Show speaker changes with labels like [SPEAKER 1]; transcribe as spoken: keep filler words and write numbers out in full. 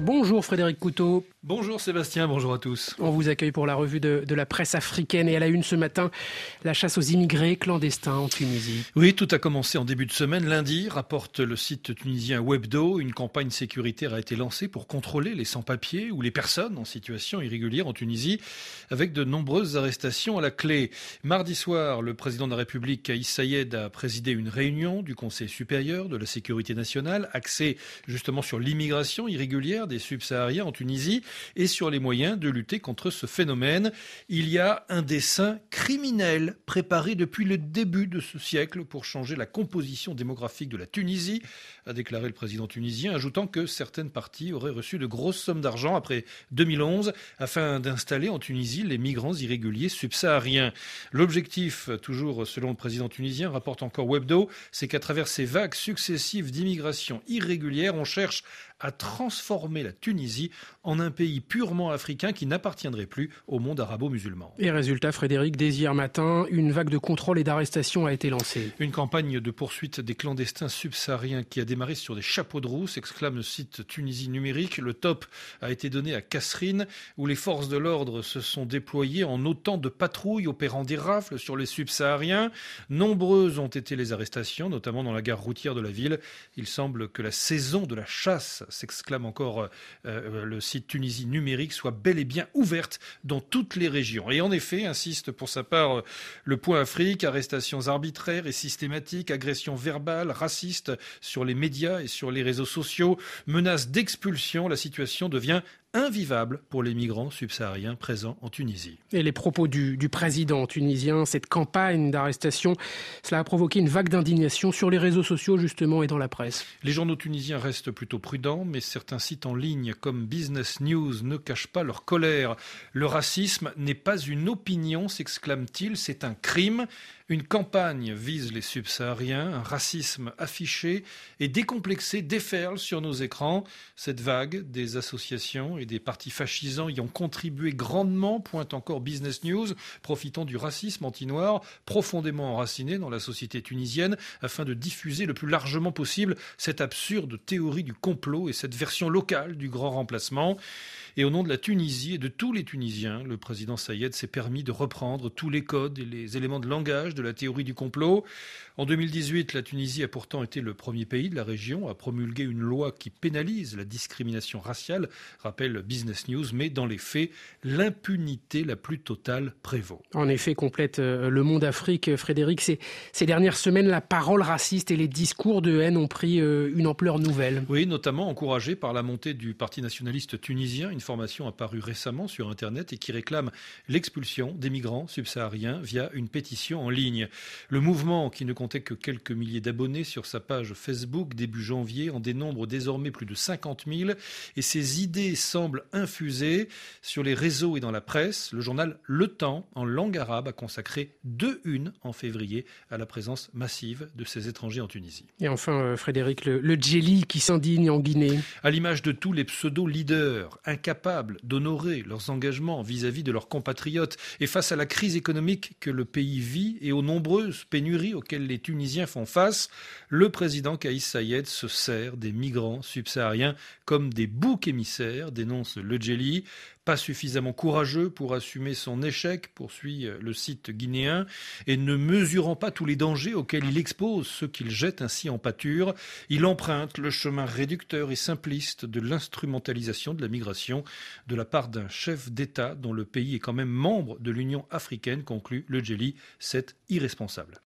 [SPEAKER 1] Bonjour Frédéric Couteau.
[SPEAKER 2] Bonjour Sébastien, bonjour à tous.
[SPEAKER 1] On vous accueille pour la revue de, de la presse africaine et à la une ce matin, la chasse aux immigrés clandestins en Tunisie.
[SPEAKER 2] Oui, tout a commencé en début de semaine. Lundi, rapporte le site tunisien Webdo, une campagne sécuritaire a été lancée pour contrôler les sans-papiers ou les personnes en situation irrégulière en Tunisie, avec de nombreuses arrestations à la clé. Mardi soir, le président de la République, Kais Saied, a présidé une réunion du Conseil supérieur de la sécurité nationale, axée justement sur l'immigration irrégulière des subsahariens en Tunisie et sur les moyens de lutter contre ce phénomène. Il y a un dessein criminel préparé depuis le début de ce siècle pour changer la composition démographique de la Tunisie, a déclaré le président tunisien, ajoutant que certaines parties auraient reçu de grosses sommes d'argent après deux mille onze afin d'installer en Tunisie les migrants irréguliers subsahariens. L'objectif, toujours selon le président tunisien, rapporte encore Webdo, c'est qu'à travers ces vagues successives d'immigration irrégulière, on cherche à transformer la Tunisie en un pays purement africain qui n'appartiendrait plus au monde arabo-musulman.
[SPEAKER 1] Et résultat, Frédéric, dès hier matin, une vague de contrôle et d'arrestation a été lancée.
[SPEAKER 2] Une campagne de poursuite des clandestins subsahariens qui a démarré sur des chapeaux de roue, s'exclame le site Tunisie numérique. Le top a été donné à Kasserine, où les forces de l'ordre se sont déployées en autant de patrouilles opérant des rafles sur les subsahariens. Nombreuses ont été les arrestations, notamment dans la gare routière de la ville. Il semble que la saison de la chasse, s'exclame encore euh, le site Tunisie numérique, soit bel et bien ouverte dans toutes les régions. Et en effet, insiste pour sa part le Point Afrique, arrestations arbitraires et systématiques, agressions verbales, racistes sur les médias et sur les réseaux sociaux, menaces d'expulsion, la situation devient invivable pour les migrants subsahariens présents en Tunisie.
[SPEAKER 1] Et les propos du, du président tunisien, cette campagne d'arrestation, cela a provoqué une vague d'indignation sur les réseaux sociaux justement et dans la presse.
[SPEAKER 2] Les journaux tunisiens restent plutôt prudents, mais certains sites en ligne comme Business News ne cachent pas leur colère. Le racisme n'est pas une opinion, s'exclame-t-il, c'est un crime. Une campagne vise les subsahariens, un racisme affiché et décomplexé déferle sur nos écrans. Cette vague des associations et des partis fascisants y ont contribué grandement, pointe encore Business News, profitant du racisme anti-noir profondément enraciné dans la société tunisienne afin de diffuser le plus largement possible cette absurde théorie du complot et cette version locale du grand remplacement. Et au nom de la Tunisie et de tous les Tunisiens, le président Saied s'est permis de reprendre tous les codes et les éléments de langage de la théorie du complot. En deux mille dix-huit, la Tunisie a pourtant été le premier pays de la région à promulguer une loi qui pénalise la discrimination raciale, rappelle Business News, mais dans les faits, l'impunité la plus totale prévaut.
[SPEAKER 1] En effet, complète Le Monde Afrique, Frédéric, ces, ces dernières semaines, la parole raciste et les discours de haine ont pris une ampleur nouvelle.
[SPEAKER 2] Oui, notamment encouragé par la montée du Parti nationaliste tunisien, une formation apparue récemment sur Internet et qui réclame l'expulsion des migrants subsahariens via une pétition en ligne. Le mouvement, qui ne comptait que quelques milliers d'abonnés sur sa page Facebook début janvier, en dénombre désormais plus de cinquante mille et ses idées semblent infusées sur les réseaux et dans la presse. Le journal Le Temps, en langue arabe, a consacré deux unes en février à la présence massive de ces étrangers en Tunisie.
[SPEAKER 1] Et enfin, Frédéric, le, le djeli qui s'indigne en Guinée.
[SPEAKER 2] À l'image de tous les pseudo-leaders, incapables d'honorer leurs engagements vis-à-vis de leurs compatriotes et face à la crise économique que le pays vit et aux nombreuses pénuries auxquelles les Tunisiens font face, le président Kais Saied se sert des migrants subsahariens comme des boucs émissaires, dénonce le djeli. Pas suffisamment courageux pour assumer son échec, poursuit le site guinéen, et ne mesurant pas tous les dangers auxquels il expose ceux qu'il jette ainsi en pâture, il emprunte le chemin réducteur et simpliste de l'instrumentalisation de la migration de la part d'un chef d'État dont le pays est quand même membre de l'Union africaine, conclut le djeli. C'est irresponsable.